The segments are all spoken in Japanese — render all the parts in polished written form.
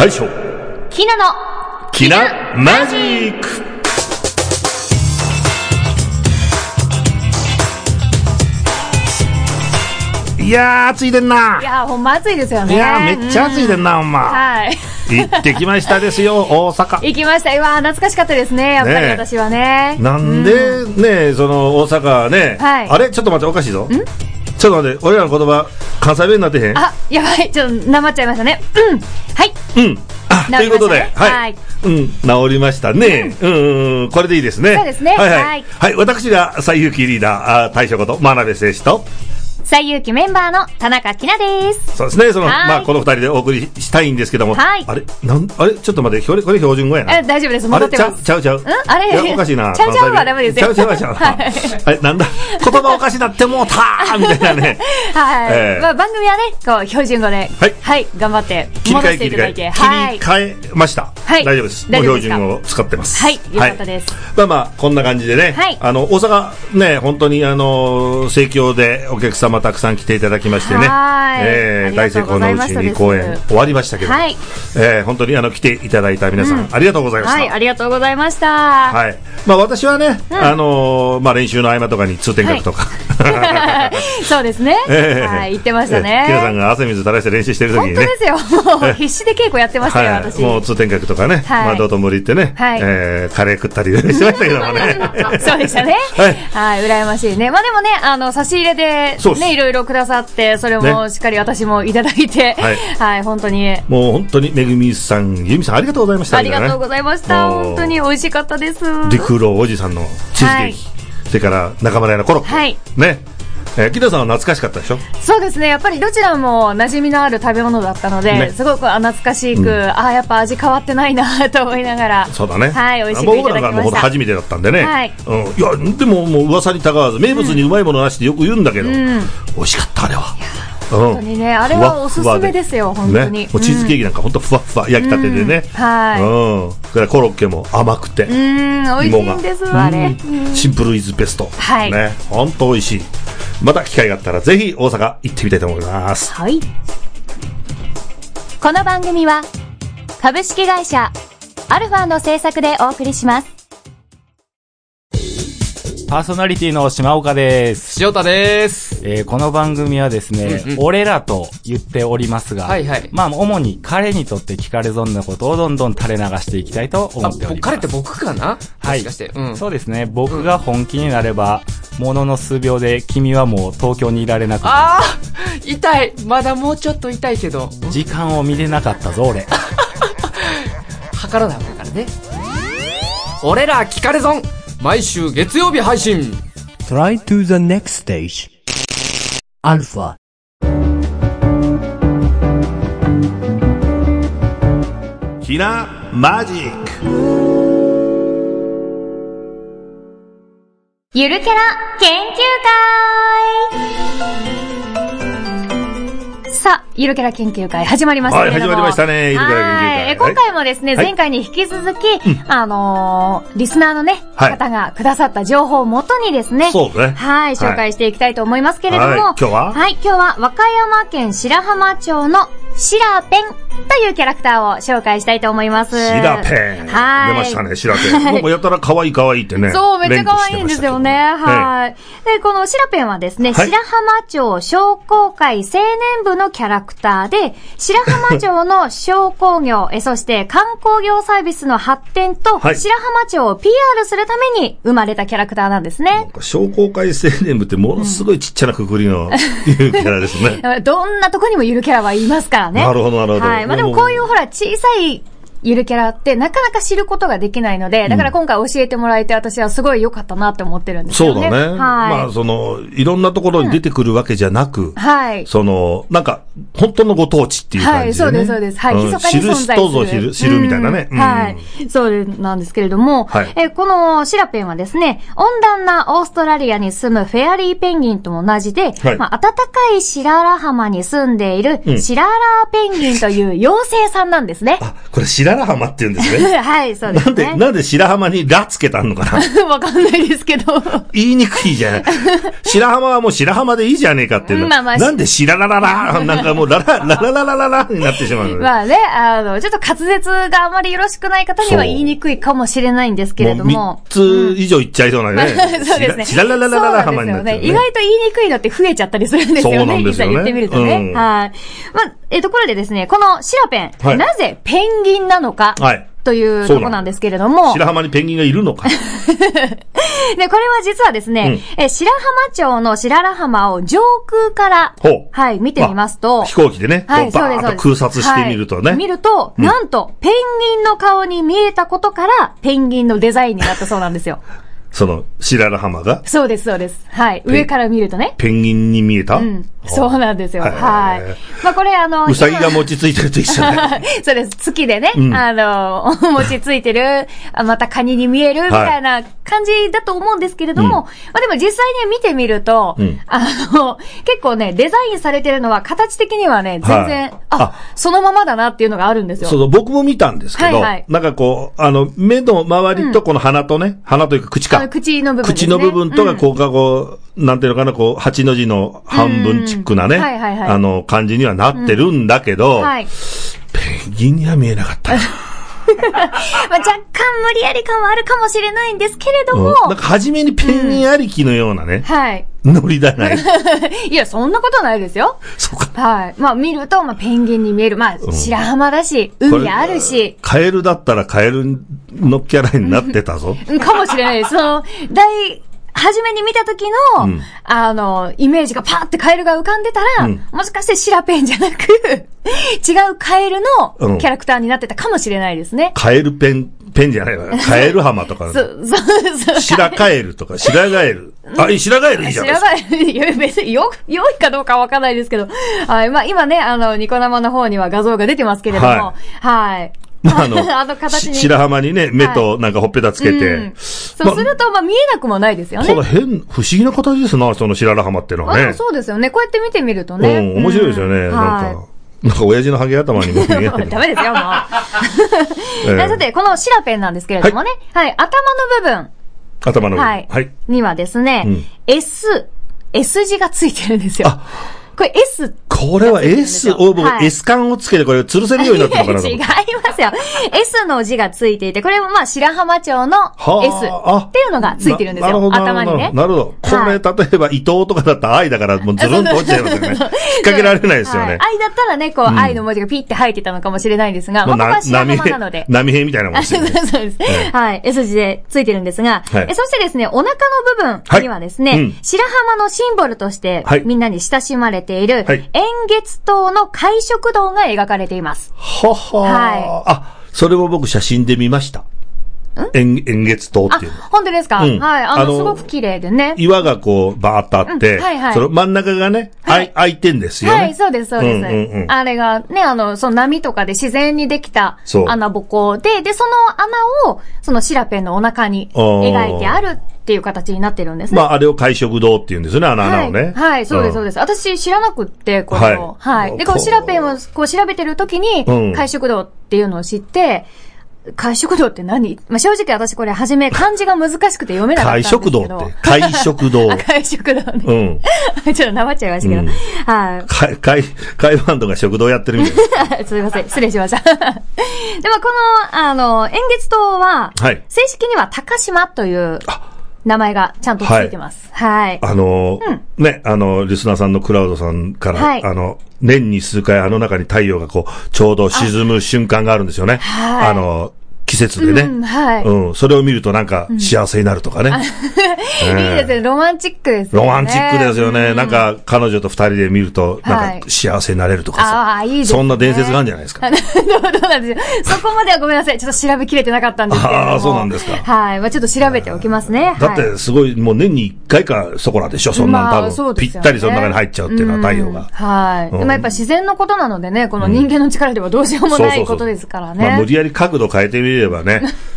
大将キナのキナマジック。いやー暑いでんな。 いやーほんま暑いですよね。 いやーめっちゃ暑いでんな、ほんま。 はい。 行ってきましたですよ、大阪。 行きました。うわー懐かしかったですね、やっぱり私はね。 なんでね、その大阪ね、 はい、 あれちょっと待って、おかしいぞ。ちょっと待って、俺らの言葉関西弁になってへん？ あ、やばい、ちょっとなまっちゃいましたね。はい。 ということで、はい。治りましたね。これでいいですね。 そうですね。 はい。私が西遊記リーダー、大将こと真鍋誠司と、 西遊記メンバーの田中きなです。 そうですね。この二人でお送りしたいんですけども。 はい。 あれちょっと待って、これ標準語やな。 大丈夫です。戻ってます。 ちゃう。 あれいや、おかしいな。 ちゃうはダメですよ。 ちゃう。あれ、なんだ、言葉おかしなってもうたーみたいなね。 はい。番組はね、こう、標準語で。はい。頑張って、戻していただいて。 切り替えました。はい。大丈夫です。もう標準語を使ってます。 はい。よかったです。 こんな感じでね。はい。大阪ね、本当に盛況でお客様たくさん来ていただきましてね。大成功のうちに公演終わりましたけど。はい。本当に来ていただいた皆さん、ありがとうございました。 はい、ありがとうございました。 はい。私はね、練習の合間とかに通天閣とか。 そうですね。はい、言ってましたね。 キラさんが汗水垂らして練習してる時にね。 本当ですよ。もう必死で稽古やってましたよ、私。 もう通天閣とかね、道頓堀行ってね、カレー食ったりしてましたけどもね。 そうでしたね。はい、羨ましいね。でもね、差し入れでね、いろいろくださって、それもしっかり私もいただいて、はい、本当に。 もう本当にめぐみさん、ゆみさんありがとうございました。 ありがとうございました。本当に美味しかったです。 陸路おじさんのチーズケーキ、それから中村屋のコロッケ、ね。木田さんは懐かしかったでしょ？そうですね。 やっぱりどちらも馴染みのある食べ物だったので、すごく懐かしく、やっぱ味変わってないなと思いながら。 そうだね。 はい、美味しくいただきました。僕らが初めてだったんでね。はい。いや、でももう噂にたがわず、名物にうまいものなしってよく言うんだけど、美味しかったあれは。 本当にね、あれはおすすめですよ、本当に。 チーズケーキなんか本当ふわふわ焼きたてでね。はい。それからコロッケも甘くて。 美味しいんですあれ。 シンプルイズベスト。はい。ね、本当美味しい。また機会があったらぜひ大阪行ってみたいと思います。 はい。この番組は株式会社アルファの制作でお送りします。 パーソナリティの島岡です。 塩田です。 この番組はですね、俺らと言っておりますが、主に彼にとって聞かれ損なことをどんどん垂れ流していきたいと思っております。 彼って僕かな？ はい。そうですね。僕が本気になれば、ものの数秒で君はもう東京にいられなくなる。 痛い。まだもうちょっと痛いけど。 時間を見れなかったぞ、俺。 測らなあかんからね。俺ら聞かれ損。毎週月曜日配信。 Try to the next stage. アルファ。 キナマジック。 ゆるキャラ研究会。さあ、ゆるキャラ研究会始まりましたけれども。 はい、始まりましたね、ゆるキャラ研究会。 今回もですね、前回に引き続き、リスナーのね、方がくださった情報をもとにですね、 そうね。 はい、紹介していきたいと思いますけれども、 今日は和歌山県白浜町のシラペンというキャラクターを紹介したいと思います。 シラペン。はい。出ましたね、シラペン。なんかやたら可愛い可愛いってね。 そう、めっちゃ可愛いんですよね。はい。で、このシラペンはですね、白浜町商工会青年部のキャラクターで、白浜町の商工業、そして観光業サービスの発展と、白浜町を PR するために生まれたキャラクターなんですね。 商工会青年部ってものすごいちっちゃなくくりのゆるキャラですね。 どんなとこにもゆるキャラはいますからね。 なるほど、なるほど。 はい。でもこういうほら、小さいゆるキャラってなかなか知ることができないので、だから今回教えてもらえて私はすごい良かったなって思ってるんですよね。 そうだね。はい。いろんなところに出てくるわけじゃなく、はい。なんか、本当のご当地っていう感じでね。はい、そうです、そうです。はい。密かに存在する。知る人ぞ知るみたいなね。 はい。そうなんですけれども、はい。このシラペンはですね、温暖なオーストラリアに住むフェアリーペンギンと同じで、はい。暖かい白良浜に住んでいる、白良ペンギンという妖精さんなんですね。 これ白白浜って言うんですね。 はい、そうですね。 なんで白浜にラつけたのかなわかんないですけど。 言いにくいじゃん。白浜はもう白浜でいいじゃねえかっていうの。なんで白ラララなんかもうラララになってしまうので。 まあね、ちょっと滑舌があまりよろしくない方には言いにくいかもしれないんですけれども。 3つ以上言っちゃいそうなね。 そうですね。 白ラララ浜になってるね。 意外と言いにくいのって増えちゃったりするんですよね。 そうなんですよね。 言ってみるとね。はい。まあ、これでですね、このシラペン、なぜペンギンなのか。はい。というとこなんですけれども。 白浜にペンギンがいるのか。 で、これは実はですね、白浜町の白良浜を上空から、はい、見てみますと。 飛行機でね、バーッと空撮してみるとね。 見ると、なんと、ペンギンの顔に見えたことから、ペンギンのデザインになったそうなんですよ。 その、白良浜がそうです、そうです。はい。上から見るとね。 ペンギンに見えた？ そうなんですよ。はい。まあ、これうさぎが餅ついてると一緒ね。 そうです。月でね、餅ついてる、またカニに見える、みたいな感じだと思うんですけれども、まあでも実際に見てみると、結構ね、デザインされてるのは形的にはね、全然、そのままだなっていうのがあるんですよ。 そう、僕も見たんですけど、なんかこう、目の周りとこの鼻とね、鼻というか口か。 口の部分ですね。 口の部分とがこう、なんていうのかな、こう、8の字の半分チックなね、感じにはなってるんだけど、ペンギンには見えなかった。 まあ若干無理やり感はあるかもしれないんですけれども。 なんか初めにペンギンありきのようなね。 はい。 ノリだない。 いや、そんなことないですよ。 そうか。 はい。まあ見ると、まあペンギンに見える。まあ白浜だし、海あるし。 カエルだったらカエルのキャラになってたぞ。 かもしれないです。初めに見た時の、イメージがパーってカエルが浮かんでたら、もしかして白ペンじゃなく、違うカエルのキャラクターになってたかもしれないですね。 カエルペンじゃないわ。カエル浜とか。そう。白カエルとか、白ガエル。白ガエルいいじゃん。 白ガエル、いや別に良いかどうかわかんないですけど、はい。まあ今ね、ニコ生の方には画像が出てますけれども、はい。 まあ形に。白浜にね、目となんかほっぺたつけて。 そうすると、まあ見えなくもないですよね。 ただ不思議な形ですな、その白良浜っていうのはね。 そうですよね。こうやって見てみるとね。 面白いですよね。なんか親父のハゲ頭にも見えない。 ダメですよ、もう。さて、このシラペンなんですけれどもね。はい。頭の部分。 頭の部分。 はい。にはですね、S 字がついてるんですよ。これ S。 これは S を僕 S 感をつけてこれ吊るせるようになってるのかな違いますよ。S の字がついていて、これもまあ白浜町の S っていうのがついてるんですよ。頭にね。 なるほど。これ例えば伊藤とかだったら愛だからもうズルンと落ちちゃいますよね。引っ掛けられないですよね。 愛だったらね、こう愛の文字がピッて入ってたのかもしれないですが、ここは白浜なので。 波平みたいなもんですね。 そうです。はい。S 字でついてるんですが、そしてですね、お腹の部分にはですね、白浜のシンボルとしてみんなに親しまれている、円月島の海食堂が描かれています。 はい。それを僕写真で見ました。円月島っていうの。 本当ですか？はい。すごく綺麗でね。 岩がこう、バーっとあって、その真ん中がね、開いてんですよね。 はい、そうです、そうです。あれがね、その波とかで自然にできた穴ぼこで、その穴を、そのシラペンのお腹に描いてあるっていう形になってるんですね。 まあ、あれを海食堂って言うんですよね、穴をね。 はい、そうです、そうです。私知らなくって、これを。はい。で、こう、シラペンをこう調べてる時に、海食堂っていうのを知って、海食堂って何？まあ、正直私これ初め漢字が難しくて読めなかったんですけど。 海食堂って。海食堂。 海食堂ね。ちょっとなまっちゃいましたけど。はい。 海バンドが食堂やってるみたいな。 すいません。失礼しました。でもこの、円月島は、正式には高島という、名前がちゃんとついてます。はい。 ね、リスナーさんのクラウドさんから、年に数回中に太陽がこう、ちょうど沈む瞬間があるんですよね。季節でね。それを見るとなんか幸せになるとかね。 いいですね。ロマンチックですよね。 ロマンチックですよね。なんか彼女と二人で見ると、なんか幸せになれるとかさ。いいですね。そんな伝説があるんじゃないですか。 どうなんですよ。そこまではごめんなさい。ちょっと調べきれてなかったんですけど。 ああ、そうなんですか。 はい。まあちょっと調べておきますね。 だってすごい、もう年に1回かそこらでしょ。そんなん多分。ぴったりその中に入っちゃうっていうのは太陽が。 はい。でもやっぱ自然のことなのでね、この人間の力ではどうしようもないことですからね。 まあ無理やり角度変えてみればね。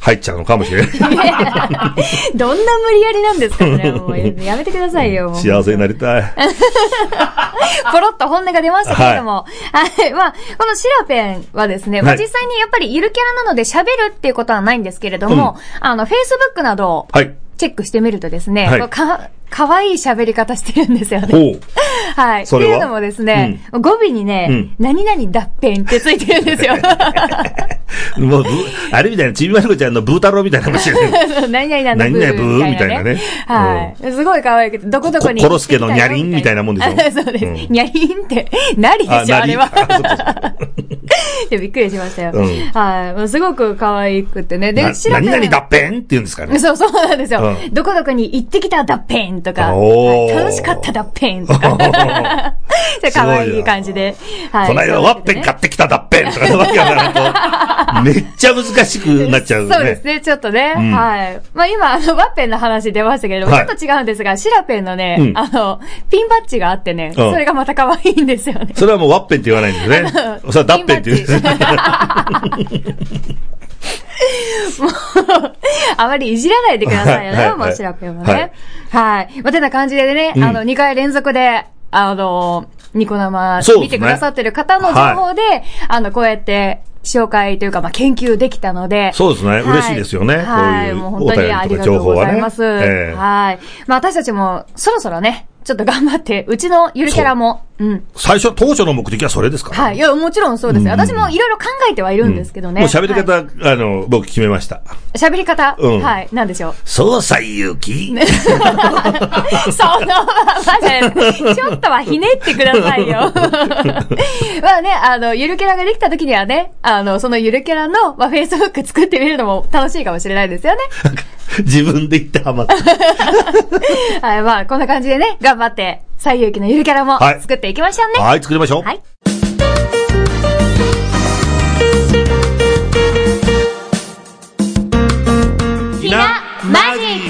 入っちゃうのかもしれない。 どんな無理やりなんですかね。もうやめてくださいよ。 幸せになりたい。 ポロッと本音が出ましたけれども。はい。まあ、このシラペンはですね、まあ実際にやっぱりゆるキャラなので喋るっていうことはないんですけれども、Facebook などをチェックしてみるとですね、かわいい喋り方してるんですよね。はい。っていうのもですね、語尾にね、何々脱編ってついてるんですよ。 もう、あれみたいな、ちびまる子ちゃんのブー太郎みたいなかもしれない。 何々なんだブーみたいなね。 はい。すごい可愛くて、どこどこに。 コロスケのニャリンみたいなもんでしょ。 そうです。ニャリンって、なりでしょ、あれは。びっくりしましたよ。はい。すごく可愛くてね。で、 何々脱編って言うんですかね。 そうなんですよ。どこどこに行ってきた脱編とか、楽しかった脱編とか。可愛い感じで。 この間ワッペン買ってきた脱編とか、わけわからんと、めっちゃ難しくなっちゃうね。 そうですね、ちょっとね。はい。まあ今、ワッペンの話出ましたけれども、ちょっと違うんですが、シラペンのね、ピンバッジがあってね、それがまた可愛いんですよね。 それはもうワッペンって言わないんですね。それは脱ペンって言うんです。 もう、あまりいじらないでくださいよね、もうシラペンはね。はい。まあ、てな感じでね、2回連続で、ニコ生見てくださってる方の情報で、こうやって、紹介というか、まあ、研究できたので。 そうですね。嬉しいですよね。 はい。もう本当にありがとうございます。はい。まあ、私たちも、そろそろね、ちょっと頑張って、うちのゆるキャラも、 最初、当初の目的はそれですから。 はい。いや、もちろんそうですよ。私もいろいろ考えてはいるんですけどね。 もう喋り方、僕決めました。 喋り方はい。なんでしょう。 そうさ、ゆき。 そのままじゃ、ちょっとはひねってくださいよ。まあね、ゆるキャラができた時にはね、そのゆるキャラの、まあ、Facebook 作ってみるのも楽しいかもしれないですよね。 自分で言ってハマった。 はい、まあ、こんな感じでね、頑張って、西遊記のゆるキャラも作っていきましょうね。 はい、作りましょう。 はい。ひなマジ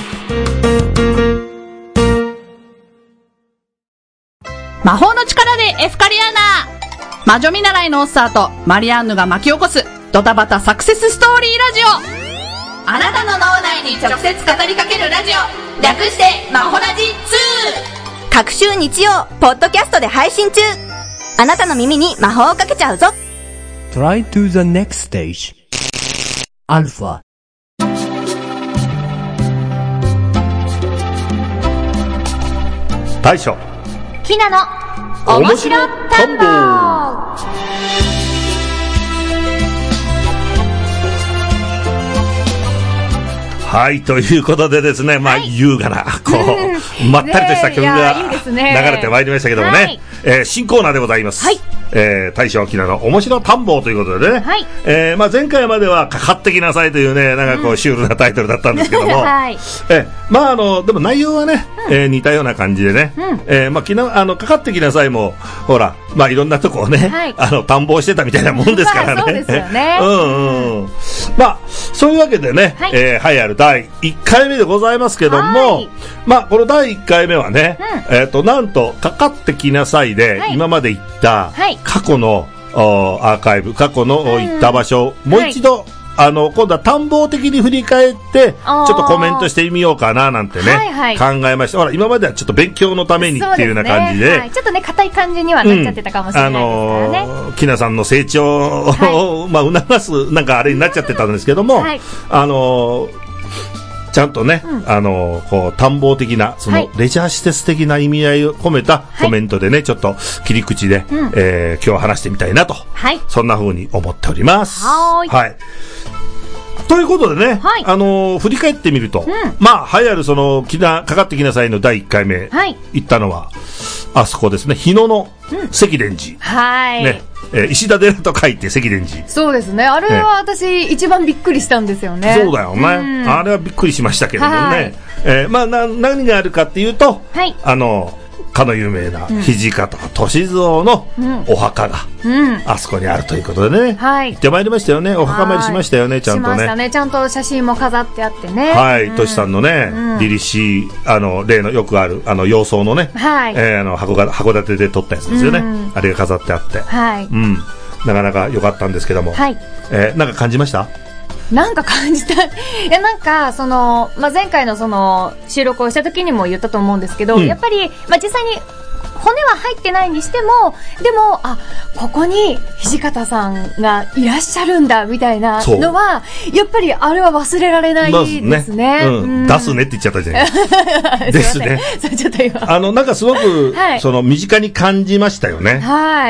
魔法の力でエフカリアーナ魔女見習いのオッサーとマリアンヌが巻き起こすドタバタサクセスストーリーラジオあなたの脳内に直接語りかけるラジオ略してマホラジ2 各週日曜、ポッドキャストで配信中。あなたの耳に魔法をかけちゃうぞ。 Try to the next stage. Alpha. 大将。 ひなの面白探訪。 はい、ということでですね、まあ、優雅な、こう、まったりとした曲が流れてまいりましたけどもね、新コーナーでございます。はい。大将きなの面白探訪ということでね、はい。まあ、前回まではかかってきなさいというね、なんかこう、シュールなタイトルだったんですけども、はい。まあ、でも内容はね、似たような感じでね、まあ、かかってきなさいも、ほら、まあ、いろんなとこをね、探訪してたみたいなもんですからね。 そうですよね。 まあ、そういうわけでね、はい、ある第1回目でございますけども、まあ、この第1回目はね、なんと、かかってきなさいで、今まで行った、過去のアーカイブ、過去の行った場所、もう一度、今度は探訪的に振り返って、ちょっとコメントしてみようかななんてね、考えました。ほら、今まではちょっと勉強のためにっていうような感じで。 ちょっとね、硬い感じにはなっちゃってたかもしれないですからね。 きなさんの成長を、まあ、促す、なんかあれになっちゃってたんですけども、ちゃんとね、こう、探訪的な、その、レジャー施設的な意味合いを込めたコメントでね、ちょっと切り口で、今日は話してみたいなと。そんな風に思っております。はい。ということでね、振り返ってみると、まあ、流行るその、かかってきなさいの第1回目、行ったのは、あそこですね、日野の関蓮寺。ね。石田寺と書いて関蓮寺。 そうですね。あれは私一番びっくりしたんですよね。 そうだよね。あれはびっくりしましたけどもね。まあ何があるかっていうと、かの有名な土方歳三のお墓があそこにあるということでね、行ってまいりましたよね。お墓参りしましたよね、ちゃんとね。しましたね。 ちゃんと写真も飾ってあってね。 はい、歳さんのね、凛々しい例のよくある洋装のね、函館で撮ったやつですよね。あれが飾ってあって、なかなか良かったんですけども、なんか感じました？ なんか感じた。なんか、前回の収録をした時にも言ったと思うんですけど、やっぱり、実際に、骨は入ってないにしても、でも、ここに土方さんがいらっしゃるんだ、みたいなのは、やっぱりあれは忘れられないですね。 出すねって言っちゃったじゃないですね。 ちょっと今。 なんかすごく、身近に感じましたよね。 はい。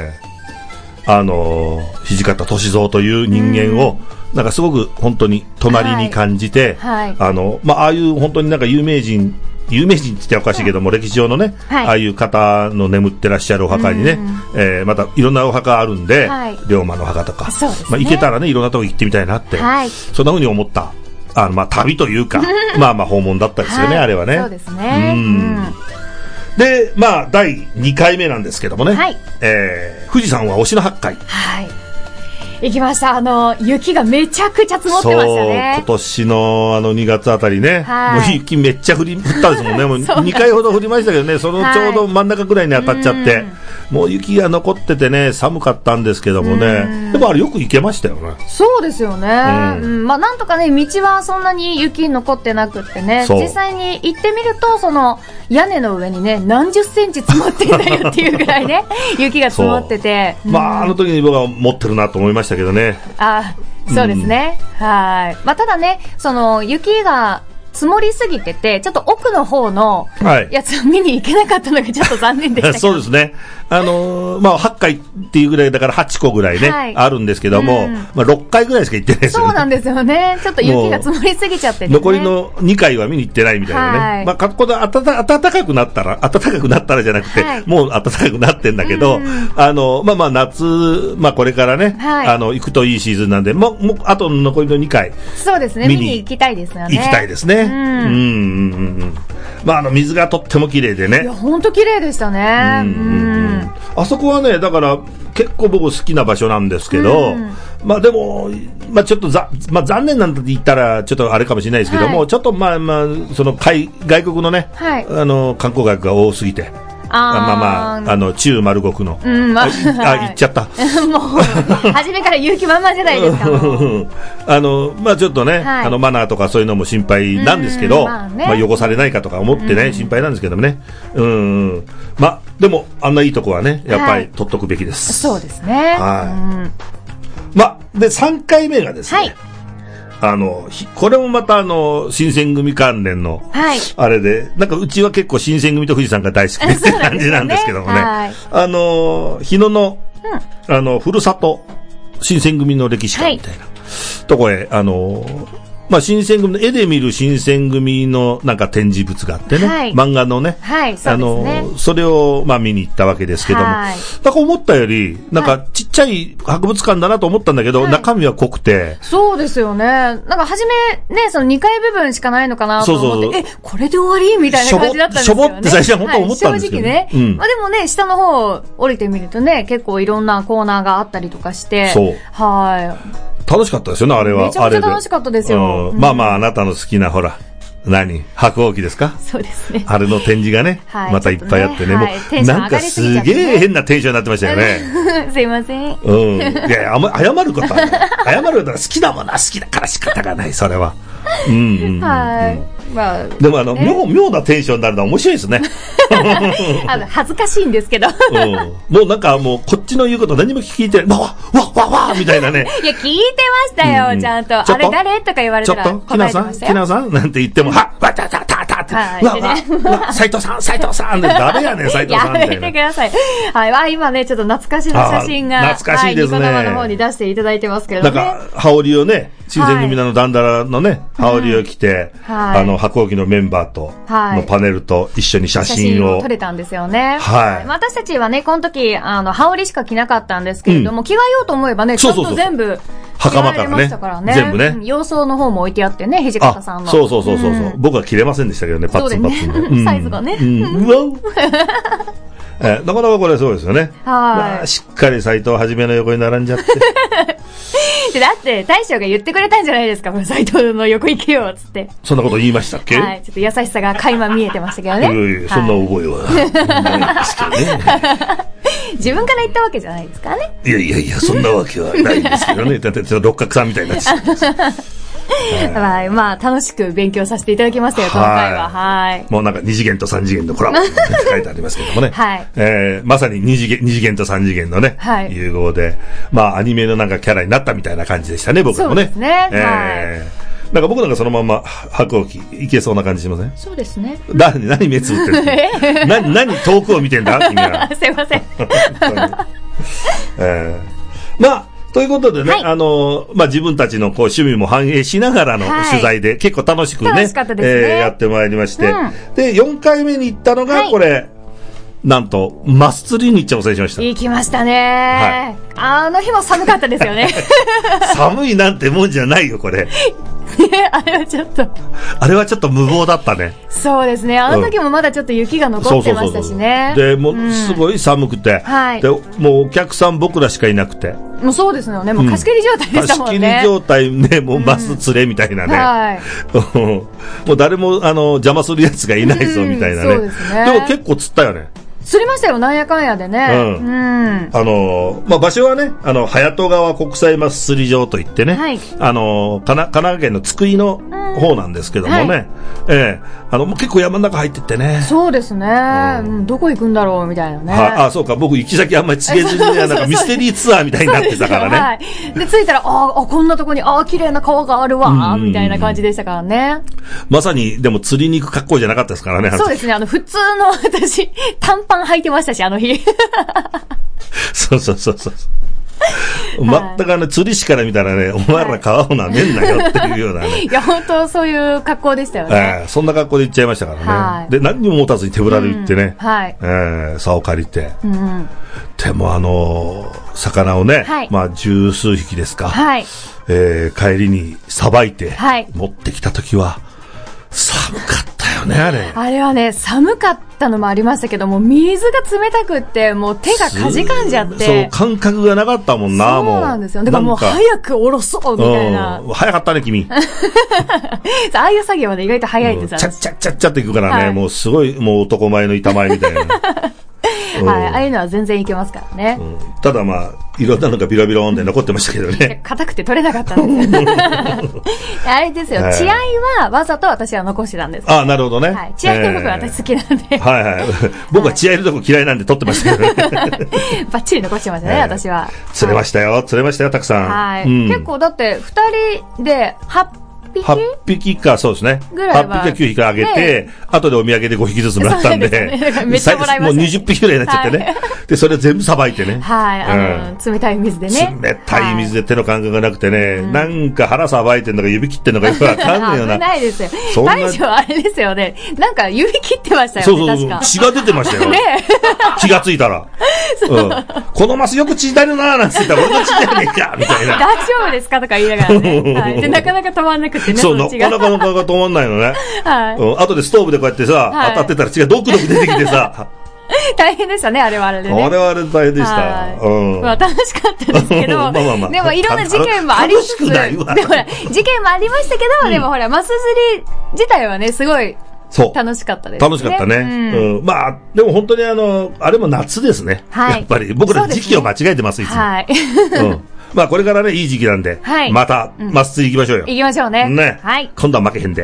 土方歳三という人間を、なんかすごく本当に隣に感じて、ああいう本当になんか有名人って言ってはおかしいけども、歴史上のね、ああいう方の眠ってらっしゃるお墓にね、またいろんなお墓あるんで、龍馬の墓とか、行けたらね、いろんなとこ行ってみたいなって、そんな風に思った、旅というか、訪問だったですよね、あれはね。 そうですね。 で、第2回目なんですけどもね、富士山は忍野八海。 行きました。雪がめちゃくちゃ積もってましたね。 今年の2月あたりね、もう雪めっちゃ降ったですもんね。もう2回ほど降りましたけどね、そのちょうど真ん中くらいに当たっちゃって、もう雪が残っててね、寒かったんですけどもね、でもあれよく行けましたよね。 そうですよね。なんとかね、道はそんなに雪残ってなくってね、実際に行ってみると、屋根の上にね、何十センチ積もってんだよっていうぐらいね、雪が積もってて。 あの時に僕は持ってるなと思いましたけどね。 そうですね。はい。ただね、雪が積もりすぎてて、ちょっと奥の方のやつを見に行けなかったのがちょっと残念でしたけど。 そうですね。8回っていうぐらいだから8個ぐらいね、あるんですけども、6回ぐらいしか行ってないですよね。 そうなんですよね。ちょっと雪が積もりすぎちゃってね。 残りの2回は見に行ってないみたいなね。ここで暖かくなったらじゃなくて、もう暖かくなってんだけど、夏、これからね、行くといいシーズンなんで、あと残りの2回。 そうですね。見に行きたいですよね。 行きたいですね。水がとっても綺麗でね。 いや、ほんと綺麗でしたね。 あそこはね、だから結構僕好きな場所なんですけど、でも、ちょっと残念なんだって言ったらちょっとあれかもしれないですけども、ちょっと外国のね、観光客が多すぎて。中丸国の。言っちゃった。 もう、初めから言う気満々じゃないですか。 ちょっとね、マナーとかそういうのも心配なんですけど、汚されないかとか思ってね、心配なんですけどもね。でも、あんないいとこはね、やっぱり取っとくべきです。 そうですね。 で、3回目がですね、これもまた新選組関連の、あれで、なんかうちは結構新選組と富士山が大好きって感じなんですけどもね。日野の、ふるさと新選組の歴史館みたいなとこへ、新選組の絵で見る新選組のなんか展示物があってね、漫画のね、それを見に行ったわけですけども、なんか思ったより、なんかちっちゃい博物館だなと思ったんだけど、中身は濃くて。 そうですよね。なんか初めね、2階部分しかないのかなと思って、これで終わりみたいな感じだったんですよね。 しょぼって最初は本当思ったんですけどね。 正直ね。でもね、下の方降りてみるとね、結構いろんなコーナーがあったりとかして。 楽しかったですよね、あれは。 めちゃくちゃ楽しかったですよ。 あなたの好きな、ほら、白鸚記ですか？ そうですね。 あれの展示がね、またいっぱいあってね、もう、なんかすげえ変なテンションになってましたよね。 すいません。 いや、謝ることはね、謝ることは好きなものは好きだから仕方がない、それは。でも妙なテンションになるのは面白いですね。 恥ずかしいんですけど。 もうなんかこっちの言うこと何も聞いてない。わみたいなね。 いや、聞いてましたよ、ちゃんと。あれ誰とか言われたら答えてましたよ。 きなさんなんて言っても、わたって、斉藤さん誰やねん、斉藤さん。 やめてください。今ね、ちょっと懐かしの写真が、 懐かしいですね。 ニコ生の方に出していただいてますけどね。 なんか、羽織をね、新選組のダンダラのね、羽織を着て、白鸚記のメンバーと、のパネルと一緒に写真を撮れたんですよね。私たちはね、この時、羽織しか着なかったんですけれども、着替えようと思えばね、ちょっと全部、 袴からね。全部ね。 洋装の方も置いてあってね、土方さんの。 そう。僕は着れませんでしたけどね、パッツン。 サイズがね。 なかなかこれそうですよね。まあ、しっかり斎藤はじめの横に並んじゃって。 だって、大将が言ってくれたんじゃないですか、斎藤の横行けよ、つって。 そんなこと言いましたっけ？ はい。ちょっと優しさが垣間見えてましたけどね。 そんな覚えはないですけどね。 自分から言ったわけじゃないですからね。 いや、そんなわけはないんですけどね。だって、六角さんみたいになっちゃって。 まあ、楽しく勉強させていただきましたよ、今回は。はい。 もうなんか2次元と3次元のコラボって書いてありますけどもね。はい。まさに2次元と3次元のね、はい、融合で、まあ、アニメのなんかキャラになったみたいな感じでしたね、僕もね。 そうですね。はい。 なんか僕なんかそのまま白鸚記いけそうな感じしません？ そうですね。 何目つぶってるの？何遠くを見てんだ君は。 すいません。 まあ、ということでね、まあ、自分たちのこう趣味も反映しながらの取材で、結構楽しくね、 楽しかったですね。 やってまいりまして、で、4回目に行ったのが、これ、なんと、マス釣りに挑戦しました。 行きましたね。あの日も寒かったですよね。 寒いなんてもんじゃないよ、これ。 あれはちょっと無謀だったね。 そうですね。あの時もまだちょっと雪が残ってましたしね。 で、もうすごい寒くて、で、もうお客さん僕らしかいなくて。 もうそうですよね。もう貸し切り状態でしたもんね。 貸し切り状態ね、もうマス釣れみたいなね。はい。もう誰も邪魔するやつがいないぞみたいなね。そうですね。でも結構釣ったよね。 釣りましたよ、なんやかんやでね。 まあ、場所はね、隼人川国際マス釣り場といってね、はい、神奈川県の津久井の方なんですけどもね、もう結構山の中入ってってね。 そうですね。どこ行くんだろうみたいなね。 そうか、僕行き先あんまり告げずに、なんかミステリーツアーみたいになってたからね。 はい。で、着いたら、こんなとこに、綺麗な川があるわ、みたいな感じでしたからね。 まさに、でも釣りに行く格好じゃなかったですからね。 そうですね、普通の私、短パン履いてましたし、あの日。 そう。全く釣り師から見たらね、お前ら川を舐めんなよっていうようなね。 いや、本当そういう格好でしたよね。 そんな格好で行っちゃいましたからね。で、何にも持たずに手ぶらで行ってね。竿を借りて。でも魚をね、まあ十数匹ですか。帰りにさばいて、持ってきた時は、寒かったよね、あれ。 あれはね、寒かったのもありましたけども、水が冷たくって、もう手がかじかんじゃって。 そう、感覚がなかったもんな、もう。 そうなんですよ。だからもう早く下ろそうみたいな。 早かったね、君。 ああいう作業はね、意外と早いんですよ。 ちゃっちゃっていくからね、もうすごい、もう男前の板前みたいな。 はい、ああいうのは全然いけますからね。 ただまあ、いろんなのがビロビロンで残ってましたけどね。 硬くて取れなかったんですよ。あれですよ、血合いはわざと私は残してたんです。 なるほどね。 はい。血合いの部分私好きなんで。 はい。僕は血合いのとこ嫌いなんで取ってましたけどね。 バッチリ残してましたね、私は。 釣れましたよ、たくさん。 はい。結構だって、2人で 8匹か、そうですね。8匹か9匹かあげて、後でお土産で5匹ずつもらったんで、 めっちゃもらいました。 もう20匹ぐらいになっちゃってね。で、それを全部さばいてね。 はい。冷たい水でね。 冷たい水で手の感覚がなくてね、なんか腹さばいてんのか指切ってんのかよくわかんないような。 危ないですよ。大将あれですよね。なんか指切ってましたよね。 そう。血が出てましたよ。気がついたら。このマスよく血出るなーなんて言ったら俺の血じゃねえかみたいな。 大丈夫ですかとか言いながらね。で、なかなか止まんなくてね。 そう、なかなか止まんないのね。後でストーブでこうやってさ、当たってたら血がドクドク出てきてさ。 大変でしたね、あれはあれでね。 あれはあれで大変でした。 まあ楽しかったですけど、でもいろんな事件もありつつ、でもほら、事件もありましたけど、でもほら、マス釣り自体はね、すごい、楽しかったですね。 楽しかったね。まあ、でも本当にあれも夏ですね。やっぱり、僕ら時期を間違えてます、いつも。はい。まあこれからね、いい時期なんで、また、マス釣り行きましょうよ。 行きましょうね。 ね。はい。今度は負けへんで。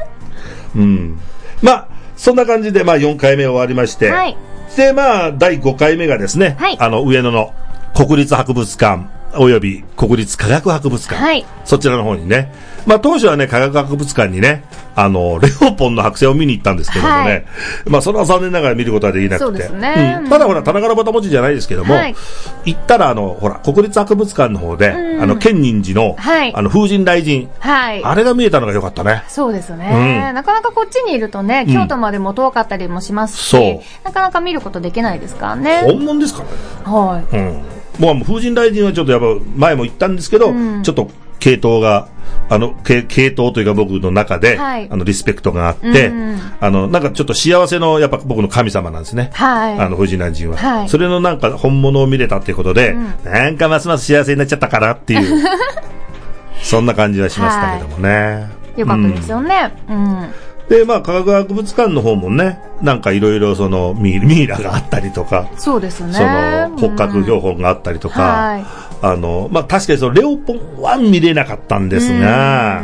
まあ、そんな感じで、まあ4回目終わりまして、で、まあ、第5回目がですね、上野の国立博物館、および国立科学博物館、そちらの方にね、まあ当初はね、科学博物館にね、レオポンの剥製を見に行ったんですけどもね、まあそれは残念ながら見ることはできなくて、そうですね。ただほら、田中のぼた文字じゃないですけども、行ったらほら、国立博物館の方で、建仁寺の、風神雷神、あれが見えたのが良かったね。 そうですね。なかなかこっちにいるとね、京都までも遠かったりもしますし、なかなか見ることできないですからね。 本物ですからね。 はい。 もう風神雷神はちょっとやっぱ前も言ったんですけど、ちょっと系統が、系統というか僕の中で、はい、リスペクトがあって、なんかちょっと幸せの、やっぱ僕の神様なんですね。はい。藤南神は。はい。それのなんか本物を見れたっていうことで、なんかますます幸せになっちゃったかなっていう、そんな感じはしましたけどもね。 よかったですよね。 で、まあ、科学博物館の方もね、なんかいろいろミイラがあったりとか、 そうですね。 骨格標本があったりとか、はい、まあ、確かにレオポンは見れなかったんですが、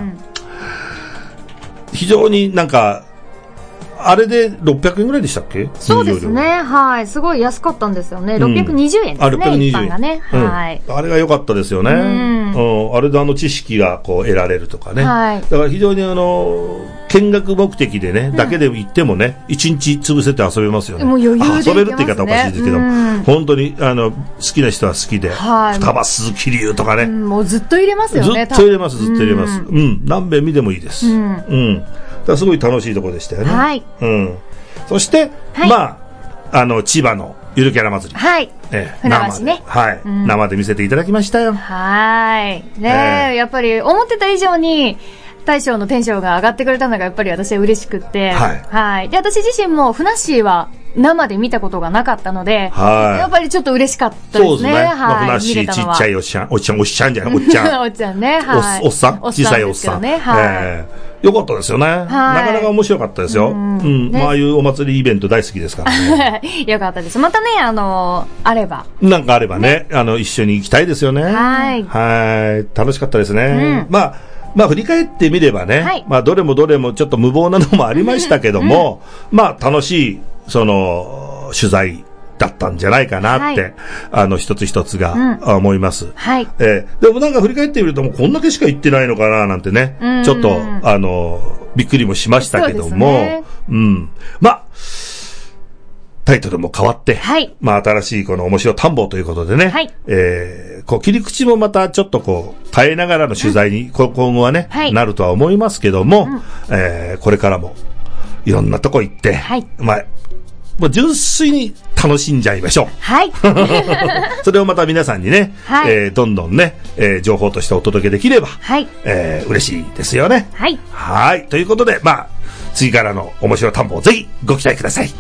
非常になんか、あれで600円ぐらいでしたっけ？ そうですね。はい。すごい安かったんだよね。620円ですね。620円。一般がね。はい。 あれが良かったですよね。あれで知識がこう得られるとかね。はい。だから非常に見学目的でね、だけで行ってもね、1日潰せて遊べますよね。 もう余裕で遊べるって言い方おかしいですけど、本当に好きな人は好きで、双葉鈴木流とかね。 もうずっと入れますよね。 ずっと入れます、ずっと入れます。何遍見てもいいです。だからすごい楽しいところでしたよね。はい。そして、まあ、千葉のゆるキャラ祭り。 はい。船橋ね。 はい。生で見せていただきましたよ。 はい。ねやっぱり思ってた以上に、大将のテンションが上がってくれたのがやっぱり私は嬉しくって。はい。はい。で、私自身もふなっしーは生で見たことがなかったので、はい。やっぱりちょっと嬉しかったですね。 そうですね。はい。ふなっしーちっちゃいおっちゃんじゃない、おっちゃん。 おっちゃんね。はい。 おっさん小さいおっさん。ね。はい。よかったですよね。なかなか面白かったですよ。ああいうお祭りイベント大好きですからね。 よかったです。またね、あれば。 なんかあればね、一緒に行きたいですよね。はい。はい。楽しかったですね。まあ、振り返ってみればね、まあ、どれもちょっと無謀なのもありましたけども、まあ、楽しい、取材だったんじゃないかなって、一つ一つが思います。はい。でもなんか振り返ってみると、もうこんだけしか言ってないのかななんてね、ちょっと、びっくりもしましたけども、まあ、タイトルも変わって、まあ、新しいこの面白探訪ということでね、切り口もまたちょっと変えながらの取材に、今後はね、なるとは思いますけども、これからも、いろんなとこ行って、まあ、もう純粋に楽しんじゃいましょう。はい。それをまた皆さんにね、どんどんね、情報としてお届けできれば、嬉しいですよね。はい。はい。ということで、まあ、次からの面白探訪をぜひご期待ください。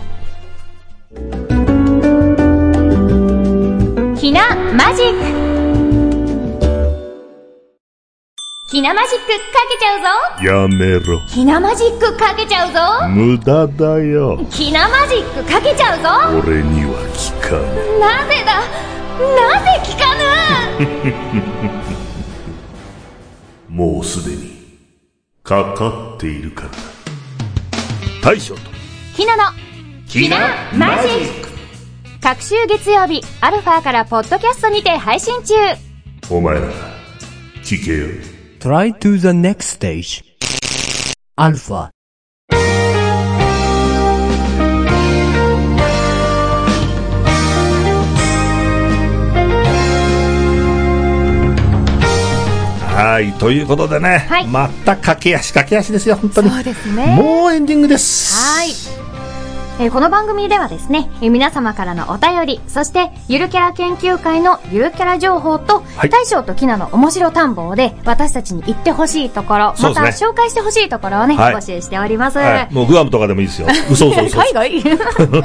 ひなマジック。ひなマジックかけちゃうぞ。 やめろ。 ひなマジックかけちゃうぞ。 無駄だよ。 ひなマジックかけちゃうぞ。 俺には効かぬ。 なぜだ、なぜ効かぬ。 もうすでにかかっているから。大将とひなのひなマジック。各週月曜日アルファからポッドキャストにて配信中。 お前ら聞けよ。 Try to the next stage. Alpha. はい、ということでね、また駆け足ですよ、本当に。 そうですね。 もうエンディングです。 はい。この番組ではですね、皆様からのお便り、そしてゆるキャラ研究会のゆるキャラ情報と、大将ときなの面白探訪で私たちに行ってほしいところ、また紹介してほしいところをね、募集しております。 もうグアムとかでもいいですよ。嘘海外番組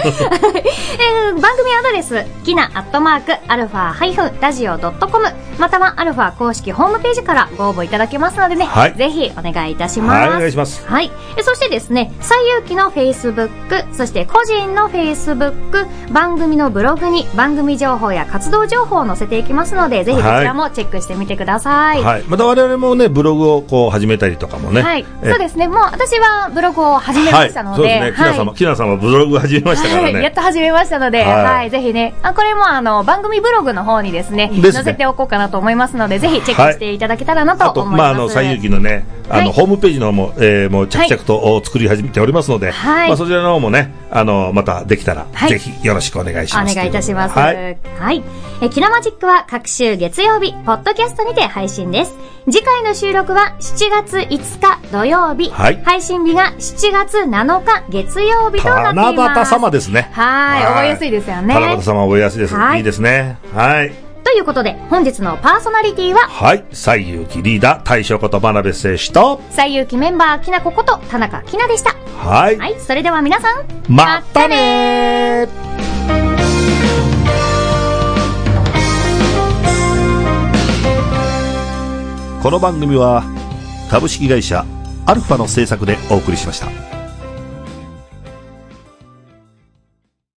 アドレス、きな@alpha-radio.com、またはアルファ公式ホームページからご応募いただけますのでね、ぜひお願いいたします。 はい、お願いします。 はい。そしてですね、最有機の Facebook、そして個人の Facebook、番組のブログに番組情報や活動情報を載せていきますので、ぜひこちらもチェックしてみてください。 はい。また我々もね、ブログを始めたりとかもね。 はい。そうですね。もう私はブログを始めましたので。そうですね。 きなさんはブログ始めましたからね。 やっと始めましたので、はい。ぜひね、これも番組ブログの方にですね、載せておこうかなと思いますので、ぜひチェックしていただけたらなと思います。 あと、最有機のね、ホームページの方も、もう着々と作り始めておりますので、そちらの方もね、またできたら、ぜひよろしくお願いします。 お願いいたします。はい。キナマジックは各週月曜日、ポッドキャストにて配信です。次回の収録は7月5日土曜日、配信日が7月7日月曜日となっています。 七夕様ですね。 はい。覚えやすいですよね。 七夕様覚えやすいです。いいですね。はい。 とということで、本日のパーソナリティは、 はい、西遊記リーダー、大将こと真鍋誠士と、 西遊記メンバー、きなここと、田中きなでした。 はい。 はい、それでは皆さん、 またねー。この番組は、株式会社アルファの制作でお送りしました。